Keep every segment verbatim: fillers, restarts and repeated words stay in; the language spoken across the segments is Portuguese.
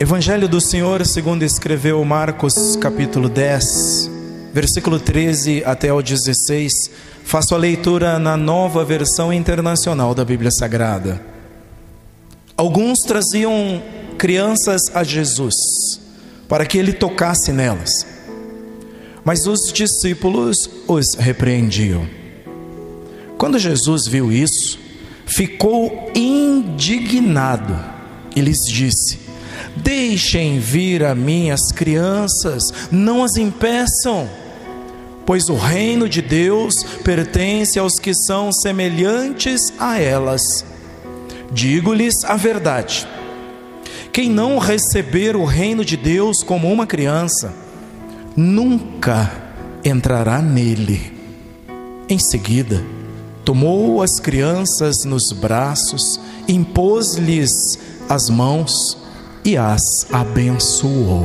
Evangelho do Senhor segundo escreveu Marcos, capítulo dez, versículo treze até o dezesseis. Faço a leitura na Nova Versão Internacional da Bíblia Sagrada. Alguns traziam crianças a Jesus para que ele tocasse nelas, mas os discípulos os repreendiam. Quando Jesus viu isso, ficou indignado e lhes disse: deixem vir a mim as crianças, não as impeçam, pois o reino de Deus pertence aos que são semelhantes a elas. Digo-lhes a verdade: quem não receber o reino de Deus como uma criança, nunca entrará nele. Em seguida, tomou as crianças nos braços, impôs-lhes as mãos e as abençoou.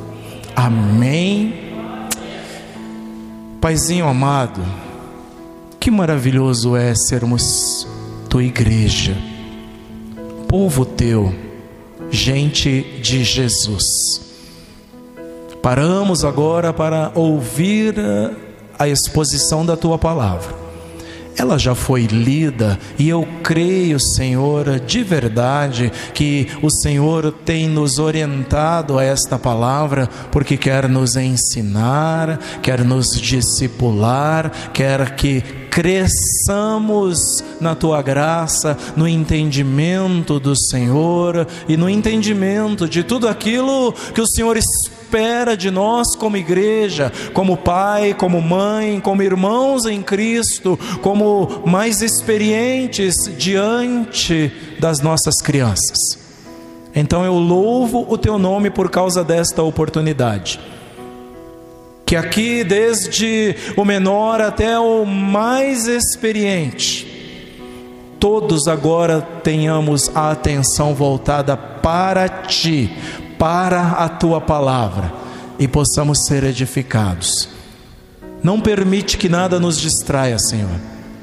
Amém. Paizinho amado, que maravilhoso é sermos tua igreja, povo teu, gente de Jesus. Paramos agora para ouvir a exposição da tua palavra. Ela já foi lida e eu creio, Senhor, de verdade, que o Senhor tem nos orientado a esta palavra, porque quer nos ensinar, quer nos discipular, quer que cresçamos na tua graça, no entendimento do Senhor e no entendimento de tudo aquilo que o Senhor espera de nós como igreja, como pai, como mãe, como irmãos em Cristo, como mais experientes diante das nossas crianças. Então eu louvo o teu nome por causa desta oportunidade. Que aqui, desde o menor até o mais experiente, todos agora tenhamos a atenção voltada para ti, para a tua palavra, e possamos ser edificados. Não permite que nada nos distraia, Senhor.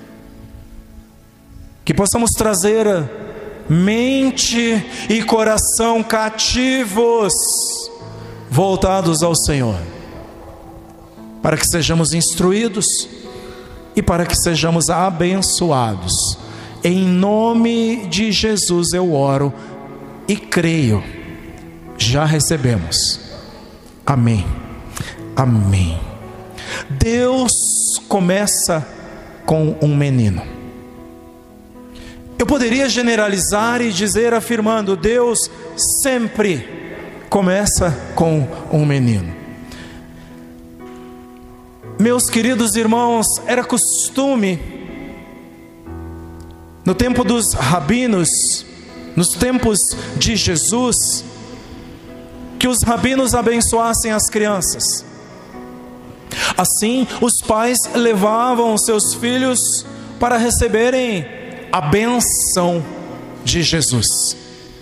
Que possamos trazer mente e coração cativos, voltados ao Senhor, para que sejamos instruídos e para que sejamos abençoados. Em nome de Jesus eu oro e creio. Já recebemos. Amém. Amém. Deus começa com um menino. Eu poderia generalizar e dizer afirmando: Deus sempre começa com um menino. Meus queridos irmãos, era costume no tempo dos rabinos, nos tempos de Jesus, que os rabinos abençoassem as crianças. Assim, os pais levavam seus filhos para receberem a bênção de Jesus.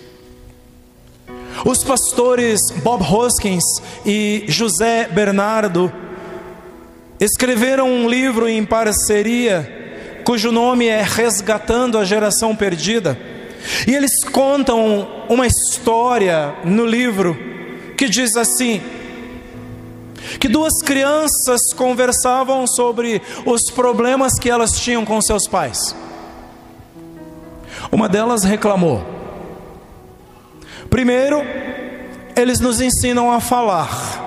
Os pastores Bob Hoskins e José Bernardo escreveram um livro em parceria, cujo nome é Resgatando a Geração Perdida. E eles contam uma história no livro que diz assim: que duas crianças conversavam sobre os problemas que elas tinham com seus pais. Uma delas reclamou: primeiro, eles nos ensinam a falar.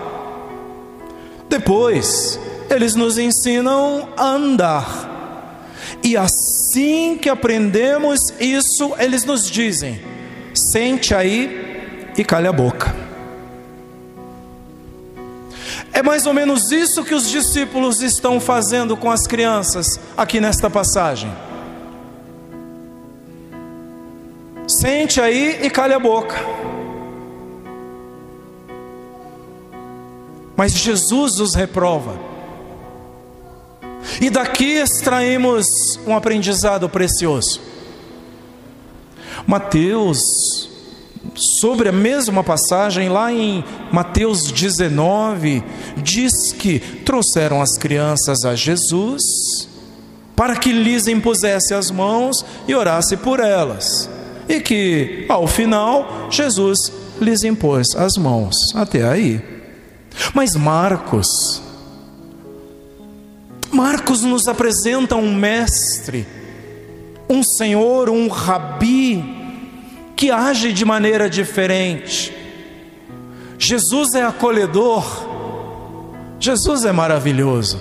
Depois, eles nos ensinam a andar. E assim que aprendemos isso, eles nos dizem: sente aí e cale a boca. É mais ou menos isso que os discípulos estão fazendo com as crianças aqui nesta passagem. Sente aí e cale a boca. Mas Jesus os reprova. E daqui extraímos um aprendizado precioso. Mateus, sobre a mesma passagem, lá em Mateus dezenove, diz que trouxeram as crianças a Jesus para que lhes impusesse as mãos e orasse por elas. E que, ao final, Jesus lhes impôs as mãos. Até aí. Mas Marcos, Marcos nos apresenta um mestre, um senhor, um rabi, que age de maneira diferente. Jesus é acolhedor, Jesus é maravilhoso.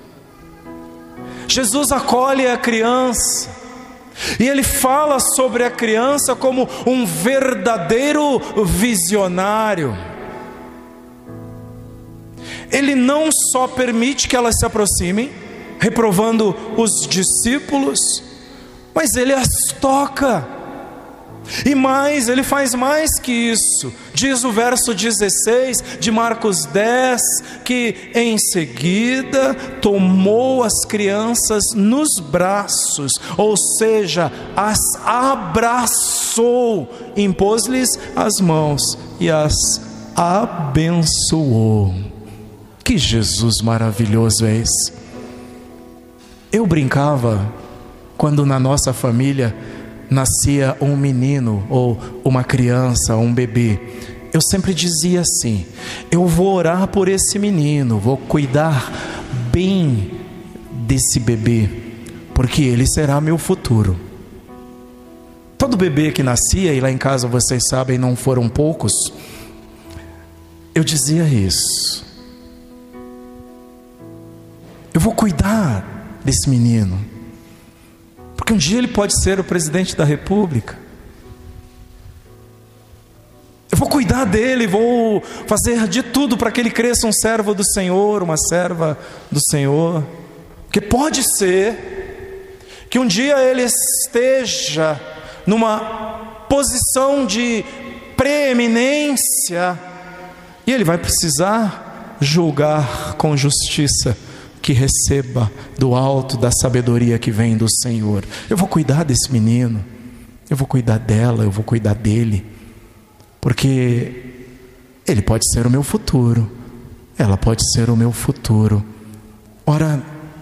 Jesus acolhe a criança, e ele fala sobre a criança como um verdadeiro visionário. Ele não só permite que elas se aproximem, reprovando os discípulos, mas ele as toca. E mais, ele faz mais que isso. Diz o verso dezesseis de Marcos dez, que em seguida tomou as crianças nos braços, ou seja, as abraçou, impôs-lhes as mãos e as abençoou. Que Jesus maravilhoso é esse! Eu brincava quando na nossa família nascia um menino ou uma criança, um bebê. Eu sempre dizia assim: eu vou orar por esse menino, vou cuidar bem desse bebê, porque ele será meu futuro. Todo bebê que nascia, e lá em casa vocês sabem, não foram poucos, eu dizia isso: eu vou cuidar desse menino, porque um dia ele pode ser o presidente da República. Eu vou cuidar dele, vou fazer de tudo para que ele cresça um servo do Senhor, uma serva do Senhor. Porque pode ser que um dia ele esteja numa posição de preeminência e ele vai precisar julgar com justiça, que receba do alto da sabedoria que vem do Senhor. Eu vou cuidar desse menino, eu vou cuidar dela, eu vou cuidar dele, porque ele pode ser o meu futuro, ela pode ser o meu futuro. Ora,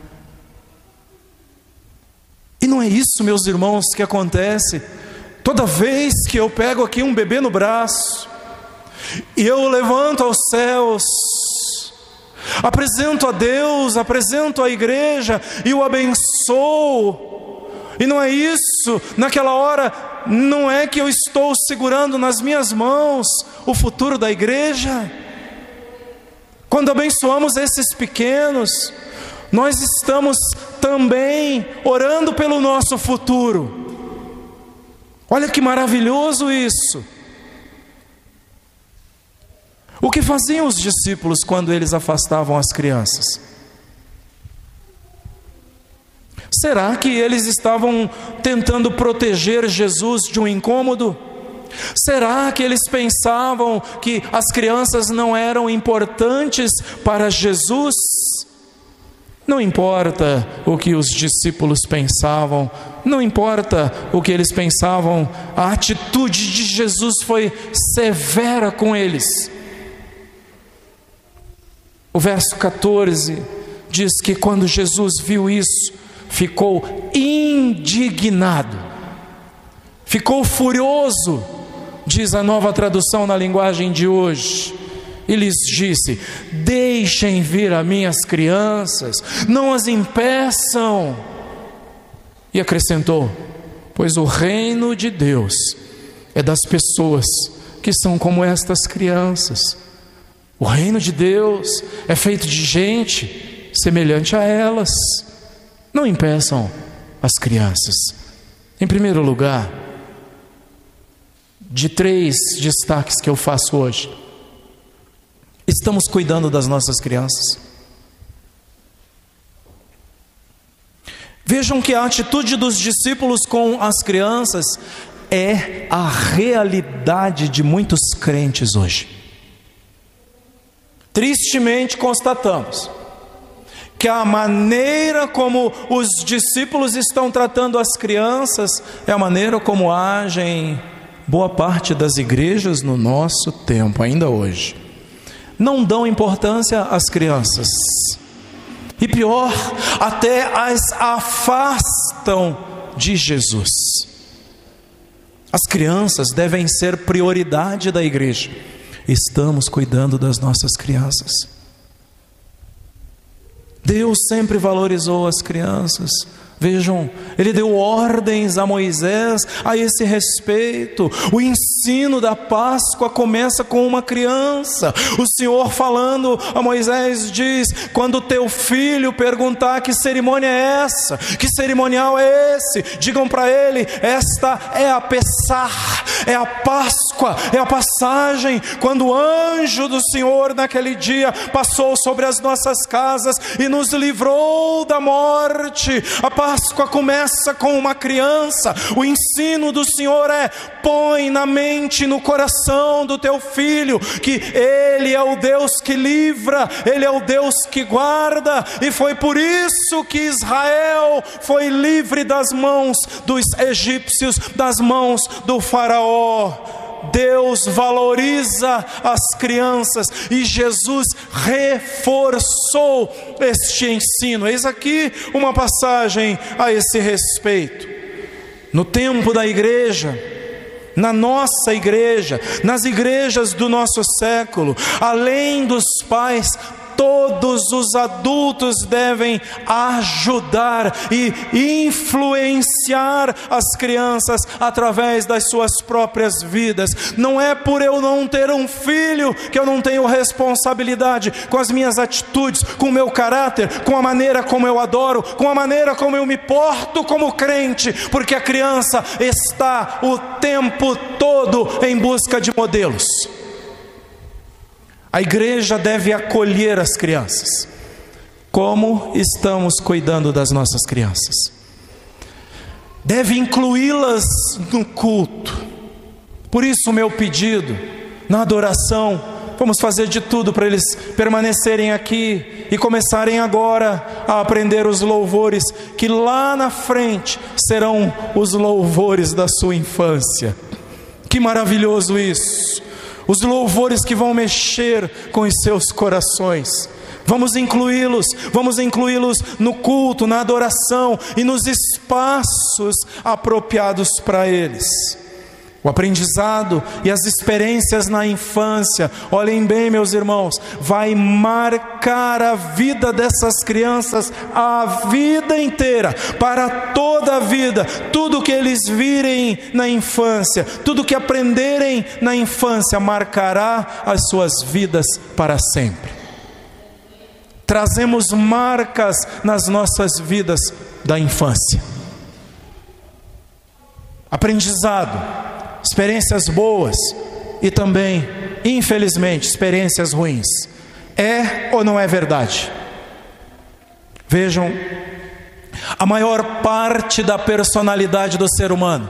e não é isso, meus irmãos, que acontece toda vez que eu pego aqui um bebê no braço e eu levanto aos céus, apresento a Deus, apresento à igreja e o abençoo. E não é isso, naquela hora, não é que eu estou segurando nas minhas mãos o futuro da igreja. Quando abençoamos esses pequenos, nós estamos também orando pelo nosso futuro. Olha que maravilhoso isso. O que faziam os discípulos quando eles afastavam as crianças? Será que eles estavam tentando proteger Jesus de um incômodo? Será que eles pensavam que as crianças não eram importantes para Jesus? Não importa o que os discípulos pensavam, não importa o que eles pensavam, a atitude de Jesus foi severa com eles. O verso catorze diz que quando Jesus viu isso, ficou indignado, ficou furioso, diz a Nova Tradução na linguagem de hoje, e lhes disse: deixem vir as minhas crianças, não as impeçam. E acrescentou: pois o reino de Deus é das pessoas que são como estas crianças. O reino de Deus é feito de gente semelhante a elas. Não impeçam as crianças. Em primeiro lugar, de três destaques que eu faço hoje: estamos cuidando das nossas crianças. Vejam que a atitude dos discípulos com as crianças é a realidade de muitos crentes hoje. Tristemente constatamos que a maneira como os discípulos estão tratando as crianças é a maneira como agem boa parte das igrejas no nosso tempo, ainda hoje. Não dão importância às crianças, e pior, até as afastam de Jesus. As crianças devem ser prioridade da igreja. Estamos cuidando das nossas crianças. Deus sempre valorizou as crianças. Vejam, Ele deu ordens a Moisés a esse respeito. O ensino da Páscoa começa com uma criança. O Senhor falando a Moisés diz: quando teu filho perguntar que cerimônia é essa, que cerimonial é esse, digam para ele: esta é a Pessah, é a Páscoa, é a passagem, quando o anjo do Senhor naquele dia passou sobre as nossas casas e nos livrou da morte. A Páscoa começa com uma criança. O ensino do Senhor é: põe na mente e no coração do teu filho que Ele é o Deus que livra, Ele é o Deus que guarda. E foi por isso que Israel foi livre das mãos dos egípcios, das mãos do faraó. Deus valoriza as crianças e Jesus reforçou este ensino. Eis aqui uma passagem a esse respeito. No tempo da igreja, na nossa igreja, nas igrejas do nosso século, além dos pais, todos os adultos devem ajudar e influenciar as crianças através das suas próprias vidas. Não é por eu não ter um filho que eu não tenho responsabilidade com as minhas atitudes, com o meu caráter, com a maneira como eu adoro, com a maneira como eu me porto como crente, porque a criança está o tempo todo em busca de modelos. A igreja deve acolher as crianças. Como estamos cuidando das nossas crianças? Deve incluí-las no culto. Por isso o meu pedido, na adoração, vamos fazer de tudo para eles permanecerem aqui e começarem agora a aprender os louvores, que lá na frente serão os louvores da sua infância. Que maravilhoso isso! Os louvores que vão mexer com os seus corações. Vamos incluí-los, vamos incluí-los no culto, na adoração e nos espaços apropriados para eles. O aprendizado e as experiências na infância, olhem bem, meus irmãos, vai marcar a vida dessas crianças a vida inteira, para toda a vida. Tudo que eles virem na infância, tudo que aprenderem na infância, marcará as suas vidas para sempre. Trazemos marcas nas nossas vidas da infância. Aprendizado, experiências boas e também, infelizmente, experiências ruins. É ou não é verdade? Vejam, a maior parte da personalidade do ser humano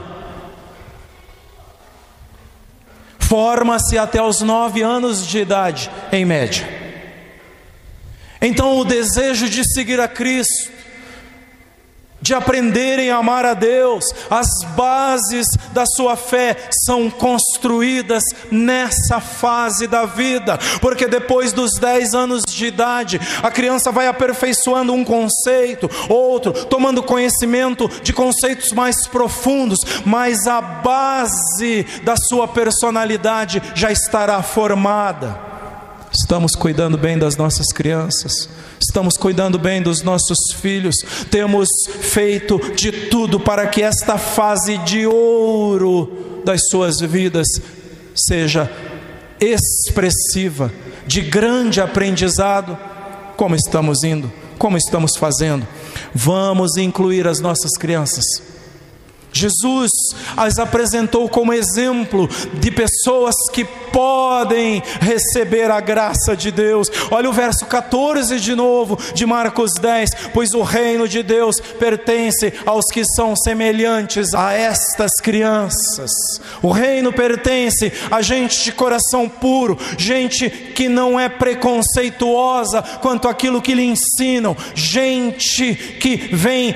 forma-se até os nove anos de idade, em média. Então o desejo de seguir a Cristo, de aprenderem a amar a Deus, as bases da sua fé são construídas nessa fase da vida, porque depois dos dez anos de idade, a criança vai aperfeiçoando um conceito, outro, tomando conhecimento de conceitos mais profundos, mas a base da sua personalidade já estará formada. Estamos cuidando bem das nossas crianças, estamos cuidando bem dos nossos filhos, temos feito de tudo para que esta fase de ouro das suas vidas seja expressiva, de grande aprendizado. Como estamos indo? Como estamos fazendo? Vamos incluir as nossas crianças. Jesus as apresentou como exemplo de pessoas que podem receber a graça de Deus. Olha o verso quatorze de novo de Marcos dez: pois o reino de Deus pertence aos que são semelhantes a estas crianças. O reino pertence a gente de coração puro, gente que não é preconceituosa quanto àquilo que lhe ensinam, gente que vem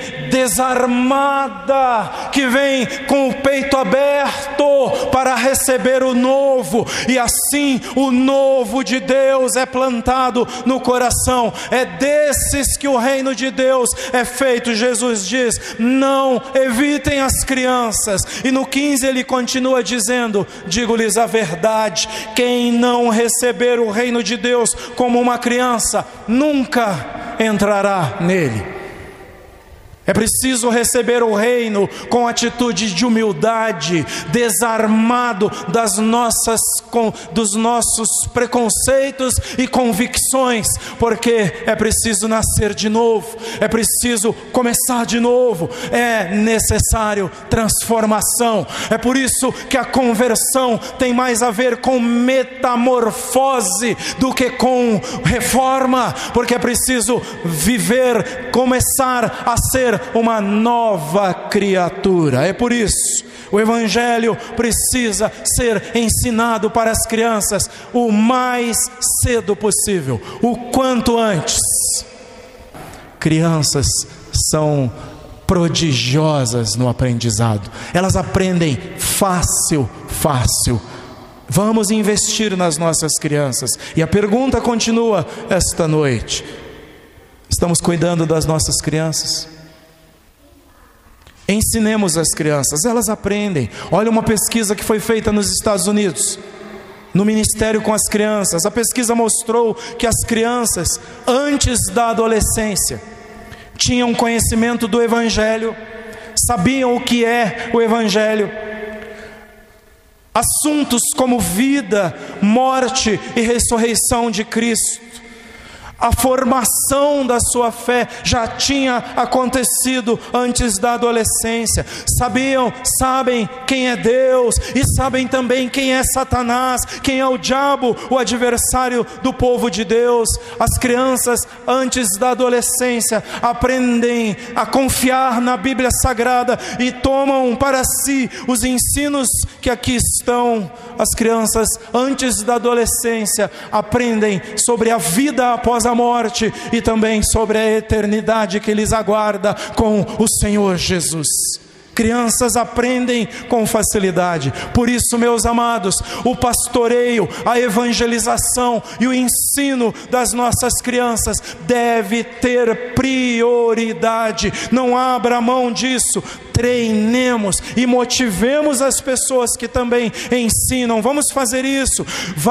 desarmada, que vem com o peito aberto para receber o novo, e assim o novo de Deus é plantado no coração. É desses que o reino de Deus é feito. Jesus diz: não evitem as crianças. E no quinze ele continua dizendo: digo-lhes a verdade, quem não receber o reino de Deus como uma criança, nunca entrará nele. É preciso receber o reino com atitude de humildade, desarmado das nossas, com, dos nossos preconceitos e convicções, porque é preciso nascer de novo, é preciso começar de novo, é necessário transformação. É por isso que a conversão tem mais a ver com metamorfose do que com reforma, porque é preciso viver, começar a ser uma nova criatura. É por isso o Evangelho precisa ser ensinado para as crianças o mais cedo possível, o quanto antes. Crianças são prodigiosas no aprendizado, elas aprendem fácil, fácil. Vamos investir nas nossas crianças. E a pergunta continua esta noite: estamos cuidando das nossas crianças? Ensinemos as crianças, elas aprendem. Olha uma pesquisa que foi feita nos Estados Unidos, no Ministério com as Crianças. A pesquisa mostrou que as crianças, antes da adolescência, tinham conhecimento do Evangelho, sabiam o que é o Evangelho. Assuntos como vida, morte e ressurreição de Cristo. A formação da sua fé já tinha acontecido antes da adolescência. Sabiam, sabem quem é Deus e sabem também quem é Satanás, quem é o diabo, o adversário do povo de Deus. As crianças, antes da adolescência, aprendem a confiar na Bíblia Sagrada e tomam para si os ensinos que aqui estão. As crianças, antes da adolescência, aprendem sobre a vida após a morte e também sobre a eternidade que lhes aguarda com o Senhor Jesus. Crianças aprendem com facilidade. Por isso, meus amados, o pastoreio, a evangelização e o ensino das nossas crianças deve ter prioridade. Não abra mão disso. Treinemos e motivemos as pessoas que também ensinam. Vamos fazer isso.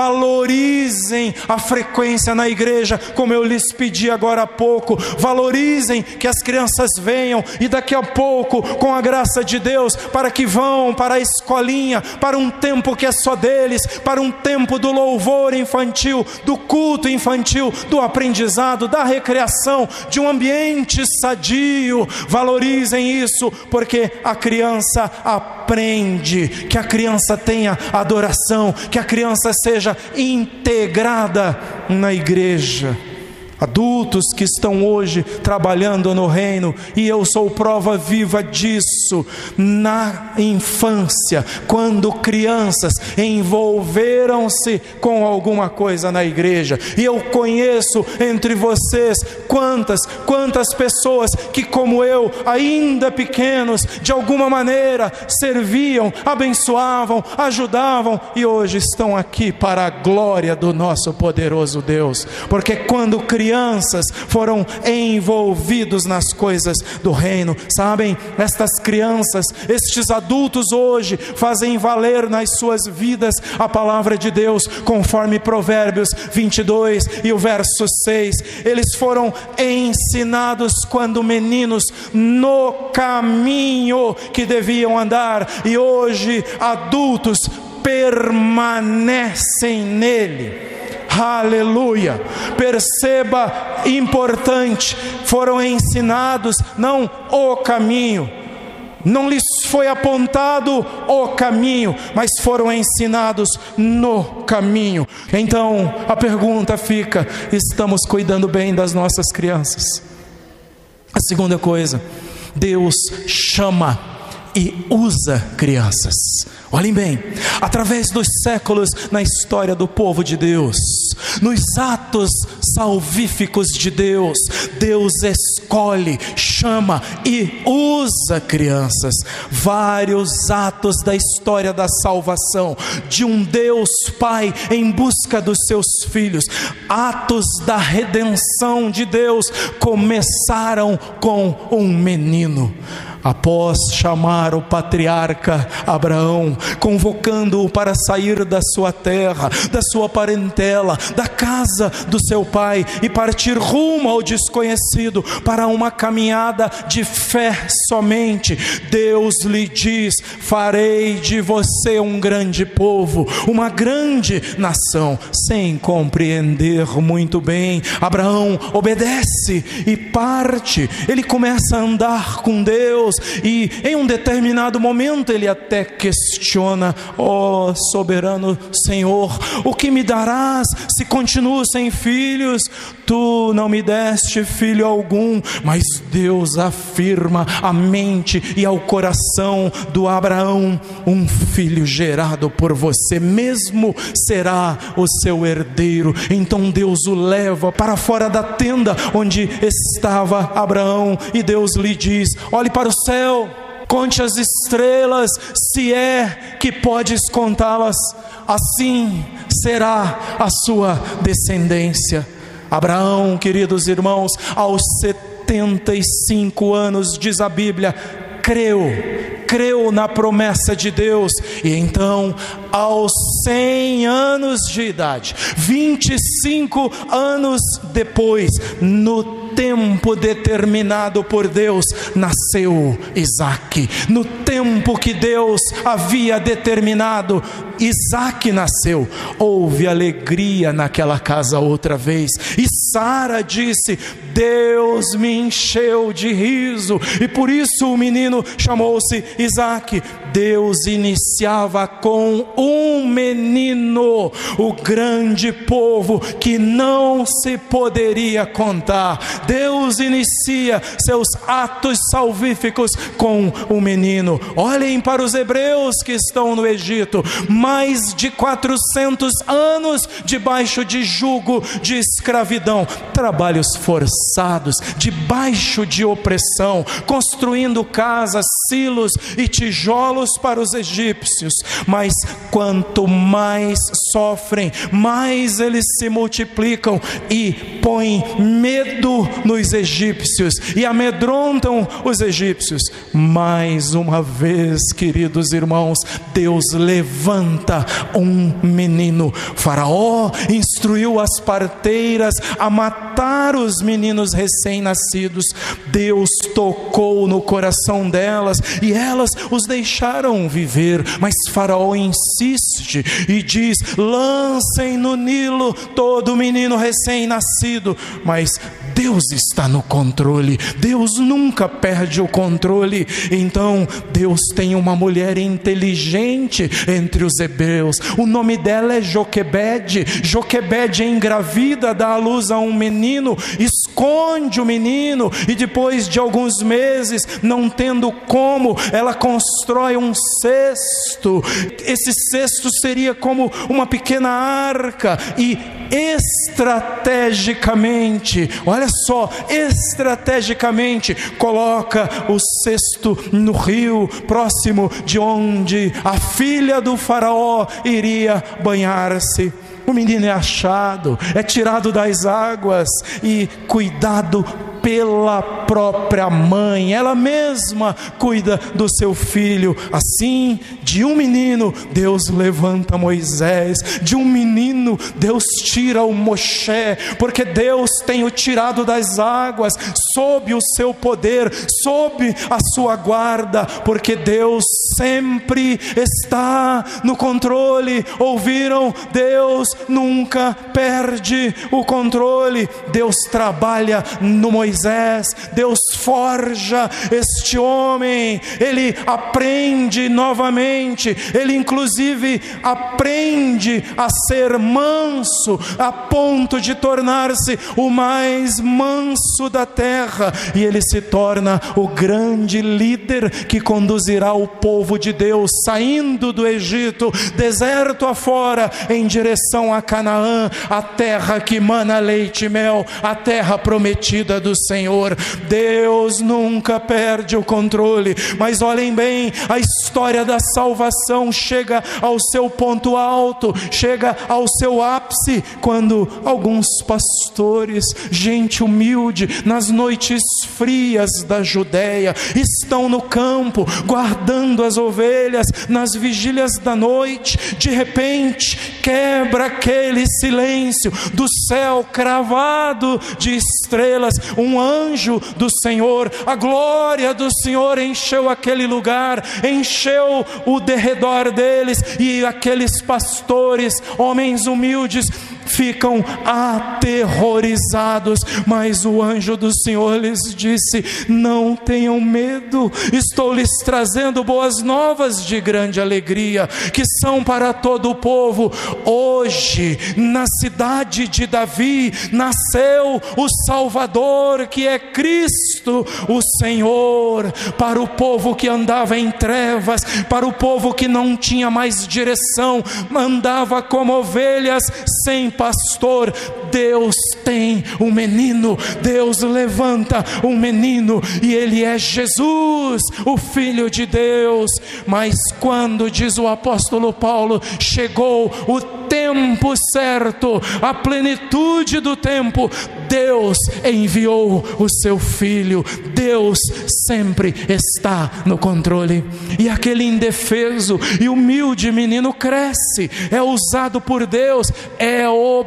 Valorizem a frequência na igreja, como eu lhes pedi agora há pouco. Valorizem que as crianças venham e daqui a pouco, com a graça de Deus, para que vão para a escolinha, para um tempo que é só deles, para um tempo do louvor infantil, do culto infantil, do aprendizado, da recreação, de um ambiente sadio. Valorizem isso, porque a criança aprende, que a criança tenha adoração, que a criança seja integrada na igreja. Adultos que estão hoje trabalhando no reino, e eu sou prova viva disso, na infância, quando crianças envolveram-se com alguma coisa na igreja, e eu conheço entre vocês quantas, quantas pessoas que, como eu, ainda pequenos, de alguma maneira serviam, abençoavam, ajudavam, e hoje estão aqui para a glória do nosso poderoso Deus, porque quando crianças Crianças foram envolvidos nas coisas do reino. Sabem, estas crianças, estes adultos hoje fazem valer nas suas vidas a palavra de Deus, conforme Provérbios vinte e dois e o verso seis. Eles foram ensinados quando meninos no caminho que deviam andar, e hoje adultos permanecem nele. Aleluia. Perceba, importante, foram ensinados não o caminho, não lhes foi apontado o caminho, mas foram ensinados no caminho. Então a pergunta fica: estamos cuidando bem das nossas crianças? A segunda coisa, Deus chama e usa crianças. Olhem bem, através dos séculos na história do povo de Deus, nos atos salvíficos de Deus, Deus escolhe, chama chama e usa crianças. Vários atos da história da salvação, de um Deus Pai em busca dos seus filhos, atos da redenção de Deus, começaram com um menino. Após chamar o patriarca Abraão, convocando-o para sair da sua terra, da sua parentela, da casa do seu pai e partir rumo ao desconhecido para uma caminhada de fé somente, Deus lhe diz: farei de você um grande povo, uma grande nação. Sem compreender muito bem, Abraão obedece e parte. Ele começa a andar com Deus, e em um determinado momento ele até questiona: ó soberano Senhor, o que me darás se continuo sem filhos? Tu não me deste filho algum. Mas Deus afirma à mente e ao coração do Abraão: um filho gerado por você mesmo será o seu herdeiro. Então Deus o leva para fora da tenda onde estava Abraão, e Deus lhe diz: olhe para o céu, conte as estrelas, se é que podes contá-las, assim será a sua descendência. Abraão, queridos irmãos, aos setenta e cinco anos, diz a Bíblia, creu, creu na promessa de Deus, e então aos cem anos de idade, vinte e cinco anos depois, no tempo determinado por Deus, nasceu Isaque. No tempo que Deus havia determinado, Isaque nasceu. Houve alegria naquela casa outra vez, e Sara disse: Deus me encheu de riso, e por isso o menino chamou-se Isaque. Deus iniciava com um menino o grande povo que não se poderia contar. Deus inicia seus atos salvíficos com um menino. Olhem para os hebreus que estão no Egito, mais de quatrocentos anos debaixo de jugo de escravidão, trabalhos forçados, debaixo de opressão, construindo casas, silos e tijolos para os egípcios. Mas quanto mais sofrem, mais eles se multiplicam e põem medo nos egípcios e amedrontam os egípcios. Mais uma vez, queridos irmãos, Deus levanta um menino. Faraó instruiu as parteiras a matar os meninos recém-nascidos. Deus tocou no coração delas e elas os deixaram viver, mas Faraó insiste e diz: lancem no Nilo todo menino recém-nascido. Mas Deus está no controle, Deus nunca perde o controle. Então Deus tem uma mulher inteligente entre os hebreus, o nome dela é Joquebede. Joquebede engravida, dá à luz a um menino, esconde o menino, e depois de alguns meses, não tendo como, ela constrói um cesto. Esse cesto seria como uma pequena arca, e estrategicamente, olha só, estrategicamente coloca o cesto no rio, próximo de onde a filha do faraó iria banhar-se. O menino é achado, é tirado das águas e cuidado pela própria mãe. Ela mesma cuida do seu filho. Assim, de um menino Deus levanta Moisés, de um menino Deus tira o Moshe, porque Deus tem o tirado das águas sob o seu poder, sob a sua guarda, porque Deus sempre está no controle. Ouviram? Deus nunca perde o controle. Deus trabalha no Moisés, Deus forja este homem, ele aprende novamente, ele inclusive aprende a ser manso, a ponto de tornar-se o mais manso da terra, e ele se torna o grande líder que conduzirá o povo de Deus saindo do Egito, deserto afora, em direção a Canaã, a terra que mana leite e mel, a terra prometida do Senhor. Deus nunca perde o controle, mas olhem bem, a história da salvação chega ao seu ponto alto, chega ao seu ápice, quando alguns pastores, gente humilde, nas noites frias da Judéia, estão no campo, guardando as ovelhas, nas vigílias da noite. De repente, quebra aquele silêncio do céu cravado de estrelas, um anjo do Senhor, a glória do Senhor encheu aquele lugar, encheu o derredor deles, e aqueles pastores, homens humildes, ficam aterrorizados, mas o anjo do Senhor lhes disse: não tenham medo, estou lhes trazendo boas novas de grande alegria, que são para todo o povo. Hoje, na cidade de Davi, nasceu o Salvador, que é Cristo, o Senhor, para o povo que andava em trevas, para o povo que não tinha mais direção, andava como ovelhas sem pastor. Deus tem um menino, Deus levanta um menino, e ele é Jesus, o Filho de Deus. Mas quando, diz o apóstolo Paulo, chegou o tempo certo, a plenitude do tempo, Deus enviou o seu Filho. Deus sempre está no controle, e aquele indefeso e humilde menino cresce, é usado por Deus, é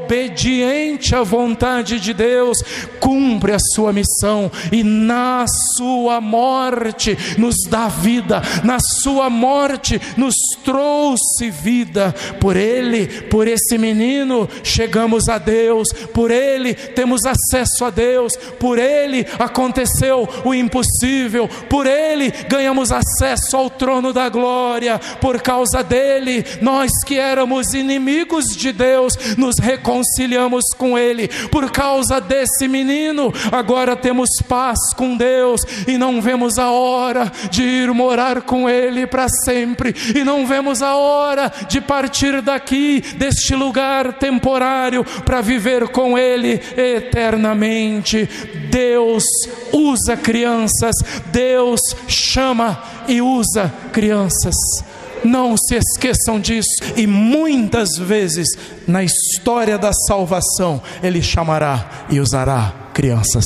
obediente à vontade de Deus, cumpre a sua missão, e na sua morte nos dá vida, na sua morte nos trouxe vida. Por ele, por esse menino, chegamos a Deus, por ele temos acesso a Deus, por ele aconteceu o impossível, por ele ganhamos acesso ao trono da glória. Por causa dele, nós que éramos inimigos de Deus, nos reconciliamos com ele. Por causa desse menino, agora temos paz com Deus, e não vemos a hora de ir morar com ele para sempre, e não vemos a hora de partir daqui, deste lugar temporário, para viver com ele eternamente. Deus usa crianças, Deus chama e usa crianças. Não se esqueçam disso. E muitas vezes na história da salvação ele chamará e usará crianças.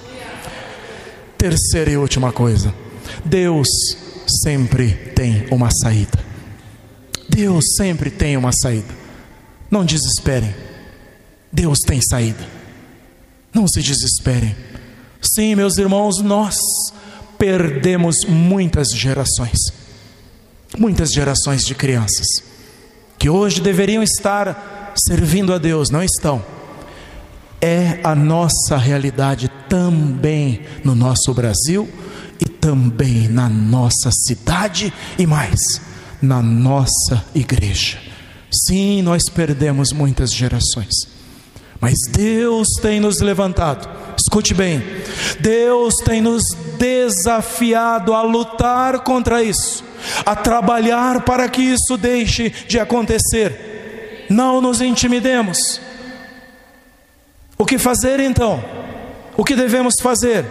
Terceira e última coisa: Deus sempre tem uma saída. Deus sempre tem uma saída. Não desesperem, Deus tem saída. Não se desesperem. Sim, meus irmãos, nós perdemos muitas gerações, muitas gerações de crianças que hoje deveriam estar servindo a Deus, não estão. É a nossa realidade também no nosso Brasil, e também na nossa cidade, e mais, na nossa igreja. Sim, nós perdemos muitas gerações, mas Deus tem nos levantado. Escute bem, Deus tem nos desafiado a lutar contra isso, a trabalhar para que isso deixe de acontecer. Não nos intimidemos. O que fazer então? O que devemos fazer?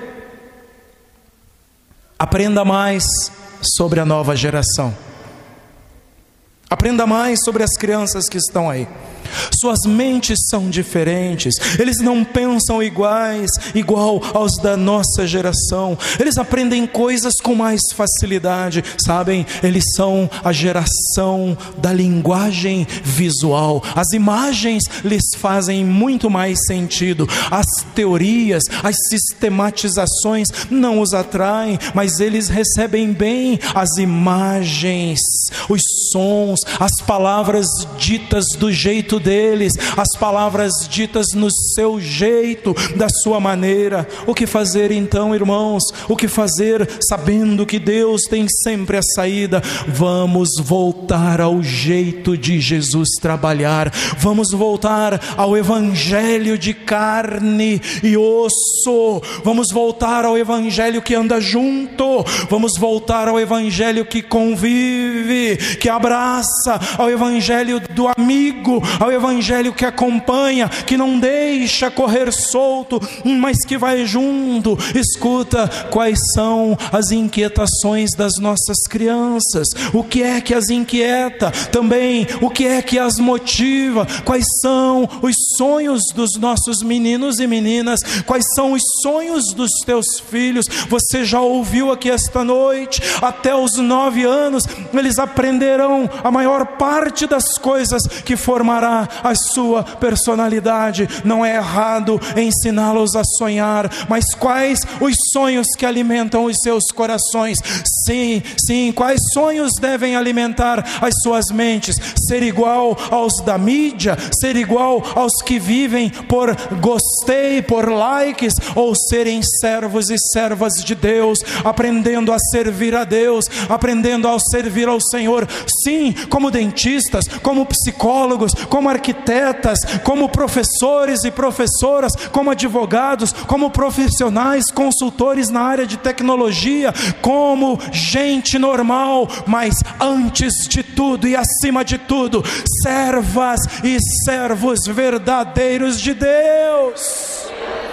Aprenda mais sobre a nova geração. Aprenda mais sobre as crianças que estão aí. Suas mentes são diferentes, eles não pensam iguais, igual aos da nossa geração. Eles aprendem coisas com mais facilidade, sabem? Eles são a geração da linguagem visual. As imagens lhes fazem muito mais sentido. As teorias, as sistematizações não os atraem, mas eles recebem bem as imagens, os sons, as palavras ditas do jeito deles, as palavras ditas no seu jeito, da sua maneira. O que fazer então, irmãos? O que fazer sabendo que Deus tem sempre a saída? Vamos voltar ao jeito de Jesus trabalhar. Vamos voltar ao evangelho de carne e osso. Vamos voltar ao evangelho que anda junto. Vamos voltar ao evangelho que convive, que abraça, ao evangelho do amigo, ao evangelho que acompanha, que não deixa correr solto, mas que vai junto. Escuta, quais são as inquietações das nossas crianças? O que é que as inquieta? Também, o que é que as motiva? Quais são os sonhos dos nossos meninos e meninas? Quais são os sonhos dos teus filhos? Você já ouviu aqui esta noite? Até os nove anos eles aprenderão a maior parte das coisas que formará a sua personalidade. Não é errado ensiná-los a sonhar, mas quais os sonhos que alimentam os seus corações? Sim, sim, quais sonhos devem alimentar as suas mentes? Ser igual aos da mídia? Ser igual aos que vivem por gostei, por likes? Ou serem servos e servas de Deus, aprendendo a servir a Deus, aprendendo a servir ao Senhor? Sim, como dentistas, como psicólogos, como arquitetas, como professores e professoras, como advogados, como profissionais, consultores na área de tecnologia, como gente normal, mas antes de tudo e acima de tudo, servas e servos verdadeiros de Deus.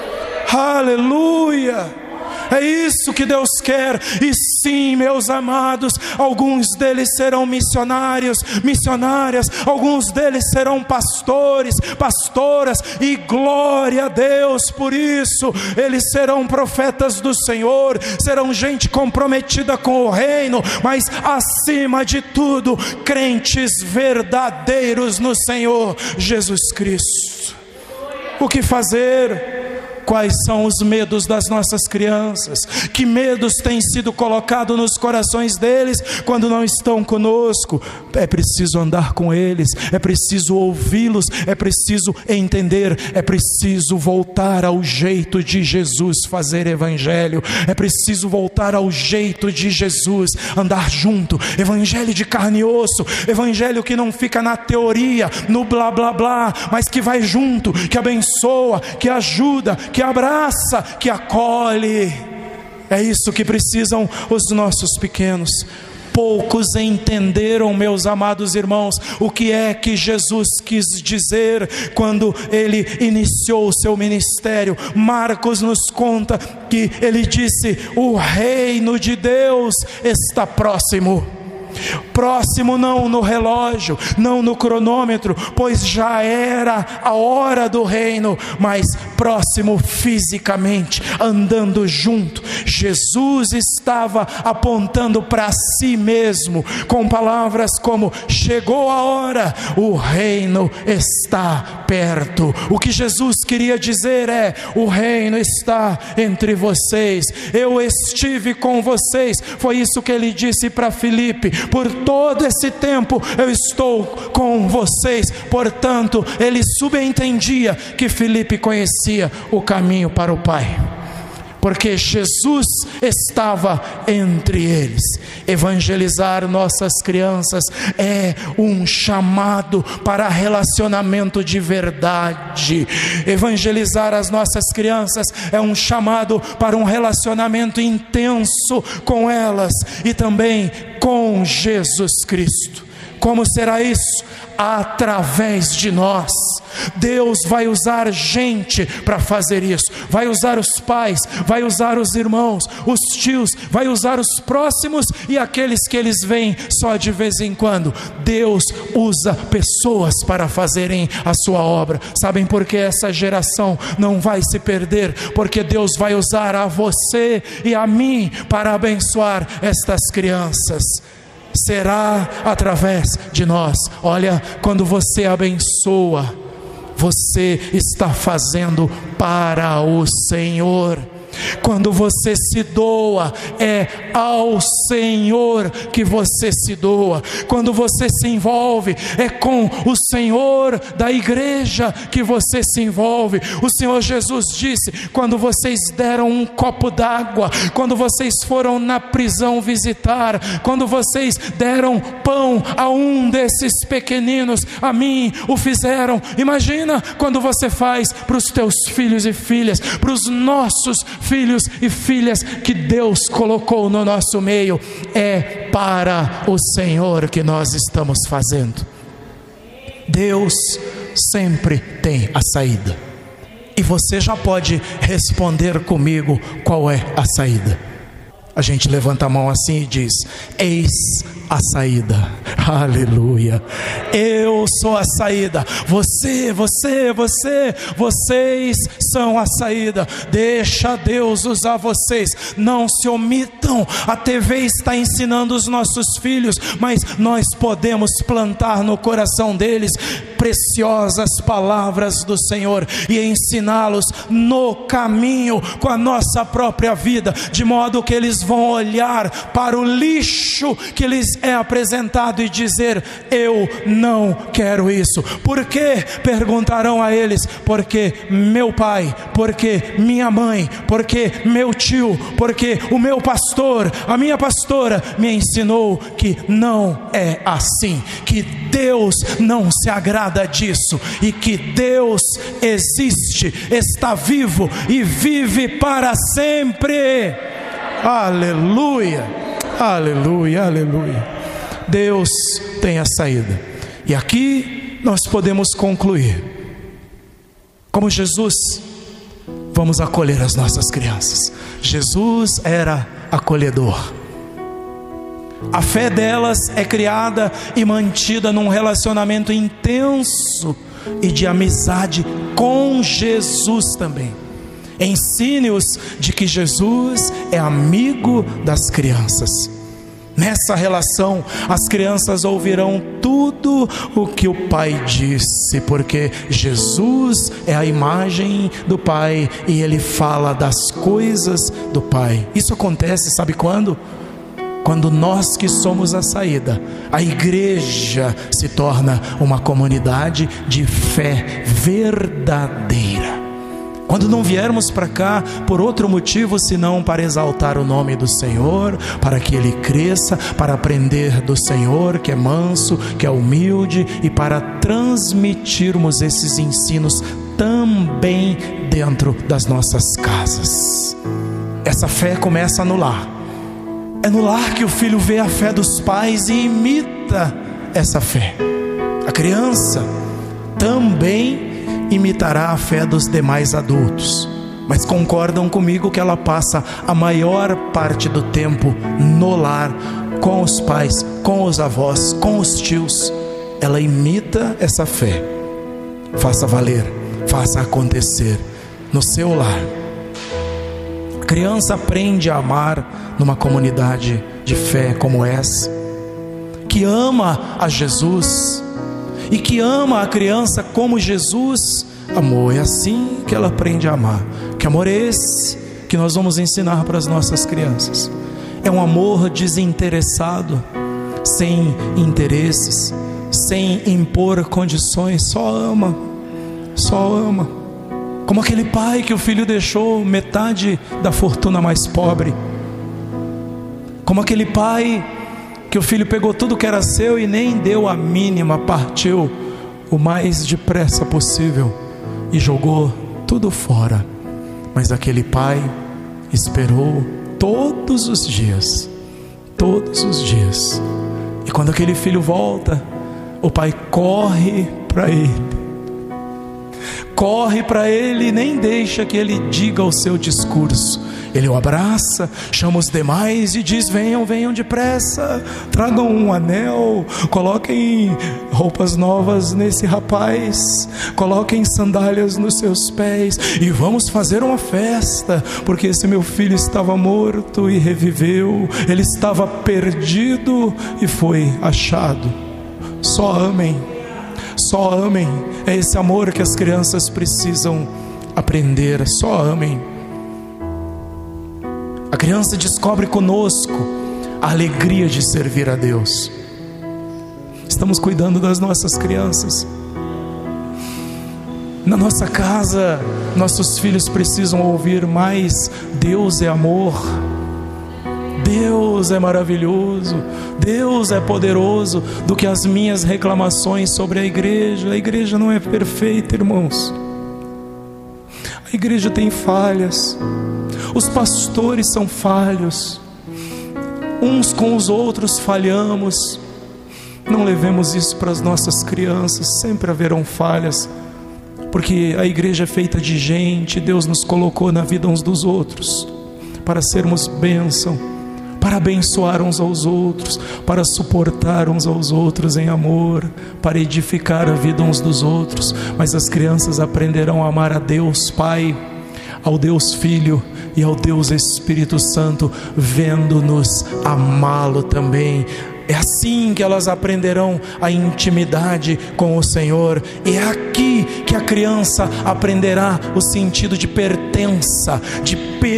Aleluia! É isso que Deus quer. E sim, meus amados, alguns deles serão missionários, missionárias, alguns deles serão pastores, pastoras, e glória a Deus por isso. Eles serão profetas do Senhor, serão gente comprometida com o reino, mas acima de tudo, crentes verdadeiros no Senhor Jesus Cristo. O que fazer? Quais são os medos das nossas crianças? Que medos têm sido colocados nos corações deles quando não estão conosco? É preciso andar com eles, é preciso ouvi-los, é preciso entender, é preciso voltar ao jeito de Jesus fazer evangelho, é preciso voltar ao jeito de Jesus andar junto. Evangelho de carne e osso, evangelho que não fica na teoria, no blá blá blá, mas que vai junto, que abençoa, que ajuda, que abraça, que acolhe. É isso que precisam os nossos pequenos. Poucos entenderam, meus amados irmãos, o que é que Jesus quis dizer quando ele iniciou o seu ministério. Marcos nos conta que ele disse: o reino de Deus está próximo. Próximo não no relógio, não no cronômetro, pois já era a hora do reino, mas próximo fisicamente, andando junto. Jesus estava apontando para si mesmo, com palavras como: chegou a hora, o reino está perto. O que Jesus queria dizer é: o reino está entre vocês, eu estive com vocês. Foi isso que ele disse para Filipe: por todo esse tempo eu estou com vocês. Portanto, ele subentendia que Filipe conhecia o caminho para o Pai, porque Jesus estava entre eles. Evangelizar nossas crianças é um chamado para relacionamento de verdade. Evangelizar as nossas crianças é um chamado para um relacionamento intenso com elas e também com Jesus Cristo. Como será isso? Através de nós. Deus vai usar gente para fazer isso. Vai usar os pais, vai usar os irmãos, os tios, vai usar os próximos e aqueles que eles veem só de vez em quando. Deus usa pessoas para fazerem a sua obra. Sabem por que essa geração não vai se perder? Porque Deus vai usar a você e a mim para abençoar estas crianças. Será através de nós. Olha, quando você abençoa, você está fazendo para o Senhor. Quando você se doa, é ao Senhor que você se doa. Quando você se envolve, é com o Senhor da igreja que você se envolve. O Senhor Jesus disse: quando vocês deram um copo d'água, quando vocês foram na prisão visitar, quando vocês deram pão a um desses pequeninos, a mim o fizeram. Imagina quando você faz para os teus filhos e filhas, para os nossos filhos e filhas que Deus colocou no nosso meio. É para o Senhor que nós estamos fazendo. Deus sempre tem a saída. E você já pode responder comigo qual é a saída. A gente levanta a mão assim e diz: eis a saída. Aleluia. Eu sou a saída. Você, você, você, vocês são a saída. Deixa Deus usar vocês. Não se omitam. A T V está ensinando os nossos filhos, mas nós podemos plantar no coração deles preciosas palavras do Senhor e ensiná-los no caminho com a nossa própria vida, de modo que eles vão olhar para o lixo que lhes é apresentado e dizer: eu não quero isso. Por quê? Perguntarão a eles: porque meu pai, porque minha mãe, porque meu tio, porque o meu pastor, a minha pastora me ensinou que não é assim, que Deus não se agrada disso, e que Deus existe, está vivo e vive para sempre. Aleluia, aleluia, aleluia. Deus tem a saída. E aqui nós podemos concluir: como Jesus, vamos acolher as nossas crianças. Jesus era acolhedor. A fé delas é criada e mantida num relacionamento intenso e de amizade com Jesus também. Ensine-os de que Jesus é amigo das crianças. Nessa relação, as crianças ouvirão tudo o que o Pai disse, porque Jesus é a imagem do Pai e Ele fala das coisas do Pai. Isso acontece, sabe quando? Quando nós que somos a saída, a igreja se torna uma comunidade de fé verdadeira. Quando não viermos para cá por outro motivo senão para exaltar o nome do Senhor, para que Ele cresça, para aprender do Senhor que é manso, que é humilde, e para transmitirmos esses ensinos também dentro das nossas casas. Essa fé começa no lar. É no lar que o filho vê a fé dos pais e imita essa fé. A criança também imitará a fé dos demais adultos, mas concordam comigo que ela passa a maior parte do tempo no lar, com os pais, com os avós, com os tios. Ela imita essa fé. Faça valer, faça acontecer no seu lar. A criança aprende a amar numa comunidade de fé como essa, que ama a Jesus e que ama a criança como Jesus amou. É assim que ela aprende a amar. Que amor é esse que nós vamos ensinar para as nossas crianças? É um amor desinteressado, sem interesses, sem impor condições. Só ama, só ama. Como aquele pai que o filho deixou metade da fortuna mais pobre. Como aquele pai que o filho pegou tudo que era seu e nem deu a mínima, partiu o mais depressa possível e jogou tudo fora. Mas aquele pai esperou todos os dias, todos os dias. E quando aquele filho volta, o pai corre para ele, corre para ele e nem deixa que ele diga o seu discurso. Ele o abraça, chama os demais e diz: venham, venham depressa, tragam um anel, coloquem roupas novas nesse rapaz, coloquem sandálias nos seus pés e vamos fazer uma festa, porque esse meu filho estava morto e reviveu, ele estava perdido e foi achado. Só amem, só amem. É esse amor que as crianças precisam aprender. Só amem. A criança descobre conosco a alegria de servir a Deus. Estamos cuidando das nossas crianças. Na nossa casa, nossos filhos precisam ouvir mais: Deus é amor, Deus é maravilhoso, Deus é poderoso, do que as minhas reclamações sobre a igreja. A igreja não é perfeita, irmãos. A igreja tem falhas. Os pastores são falhos. Uns com os outros falhamos. não levemos isso para as nossas crianças. Sempre haverão falhas, porque a igreja é feita de gente. Deus nos colocou na vida uns dos outros para sermos bênção, para abençoar uns aos outros, para suportar uns aos outros em amor, para edificar a vida uns dos outros. Mas as crianças aprenderão a amar a Deus Pai, ao Deus Filho e ao Deus Espírito Santo, vendo-nos amá-lo também. É assim que elas aprenderão a intimidade com o Senhor. E é aqui que a criança aprenderá o sentido de pertença, de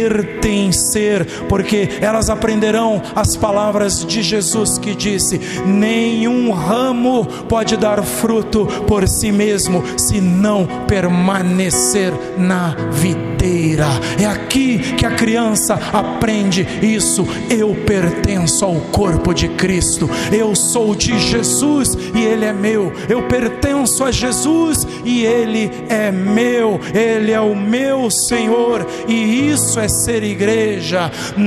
pertencer, porque elas aprenderão as palavras de Jesus que disse: nenhum ramo pode dar fruto por si mesmo, se não permanecer na videira. É aqui que a criança aprende isso. Eu pertenço ao corpo de Cristo. Eu sou de Jesus e Ele é meu. Eu pertenço a Jesus e Ele é meu. Ele é o meu Senhor. E isso é ser igreja.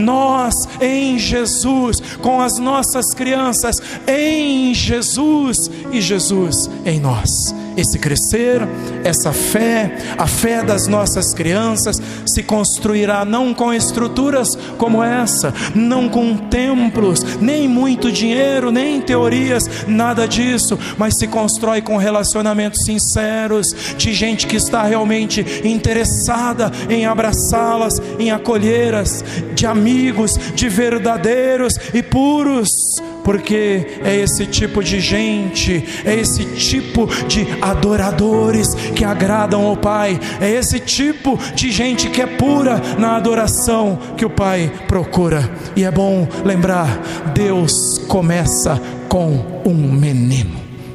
Nós em Jesus, com as nossas crianças em Jesus e Jesus em nós. Esse crescer, essa fé, a fé das nossas crianças se construirá não com estruturas como essa, não com templos, nem muito dinheiro, nem teorias, nada disso, mas se constrói com relacionamentos sinceros, de gente que está realmente interessada em abraçá-las, em acolhê-las, de amigos, de verdadeiros e puros. Porque é esse tipo de gente, é esse tipo de adoradores que agradam ao Pai, é esse tipo de gente que é pura na adoração que o Pai procura. E é bom lembrar, Deus começa com um menino.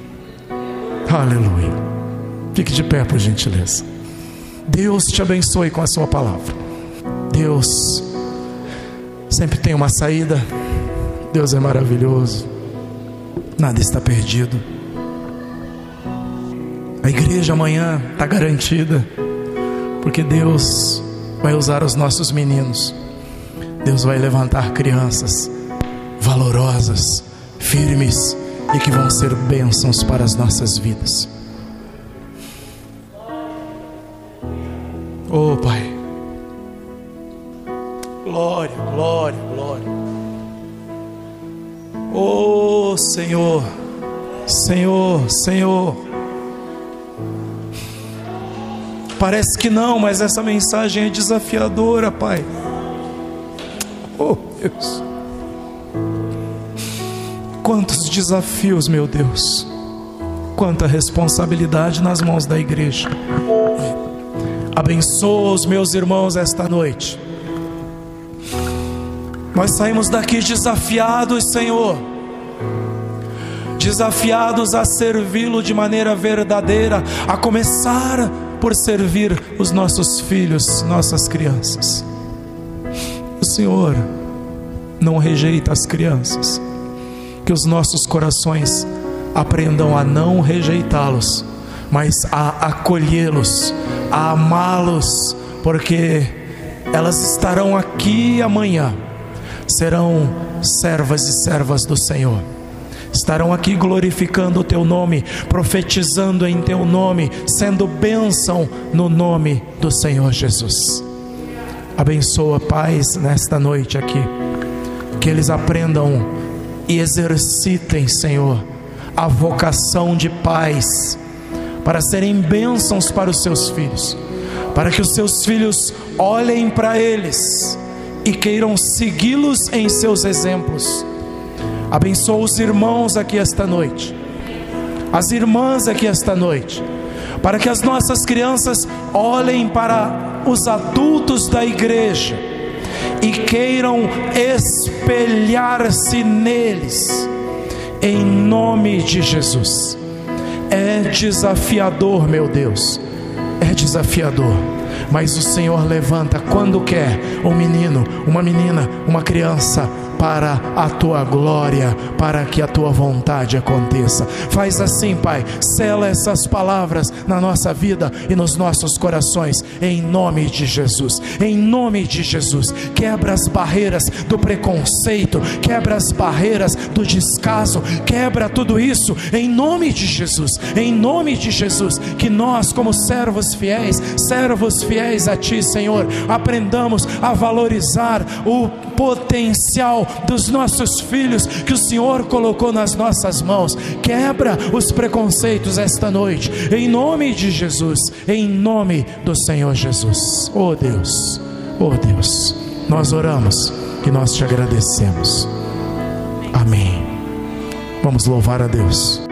Aleluia. Fique de pé, por gentileza. Deus te abençoe com a sua palavra. Deus sempre tem uma saída. Deus é maravilhoso, nada está perdido. A igreja amanhã está garantida, porque Deus vai usar os nossos meninos. Deus vai levantar crianças valorosas, firmes e que vão ser bênçãos para as nossas vidas. Oh Pai, glória, glória, glória. Oh Senhor, Senhor, Senhor. Parece que não, mas essa mensagem é desafiadora, Pai. Oh Deus, quantos desafios, meu Deus, quanta responsabilidade nas mãos da igreja. Abençoa os meus irmãos esta noite. Nós saímos daqui desafiados, Senhor, desafiados a servi-lo de maneira verdadeira, a começar por servir os nossos filhos, nossas crianças. O Senhor não rejeita as crianças, que os nossos corações aprendam a não rejeitá-los, mas a acolhê-los, a amá-los, porque elas estarão aqui amanhã. Serão servas e servas do Senhor. Estarão aqui glorificando o Teu nome, profetizando em Teu nome, sendo bênção no nome do Senhor Jesus. Abençoa, pais, nesta noite aqui, que eles aprendam e exercitem, Senhor, a vocação de pais, para serem bênçãos para os seus filhos, para que os seus filhos olhem para eles e queiram segui-los em seus exemplos. Abençoa os irmãos aqui esta noite, as irmãs aqui esta noite, para que as nossas crianças olhem para os adultos da igreja e queiram espelhar-se neles, em nome de Jesus. É desafiador, meu Deus, é desafiador, mas o Senhor levanta quando quer um menino, uma menina, uma criança para a tua glória, para que a tua vontade aconteça. Faz assim, Pai, sela essas palavras na nossa vida e nos nossos corações, em nome de Jesus, em nome de Jesus. Quebra as barreiras do preconceito, quebra as barreiras do descaso, quebra tudo isso, em nome de Jesus, em nome de Jesus. Que nós, como servos fiéis, servos fiéis a Ti, Senhor, aprendamos a valorizar o potencial dos nossos filhos que o Senhor colocou nas nossas mãos. Quebra os preconceitos esta noite, em nome de Jesus, em nome do Senhor Jesus. Oh Deus, oh Deus, nós oramos e nós te agradecemos. Amém. Vamos louvar a Deus.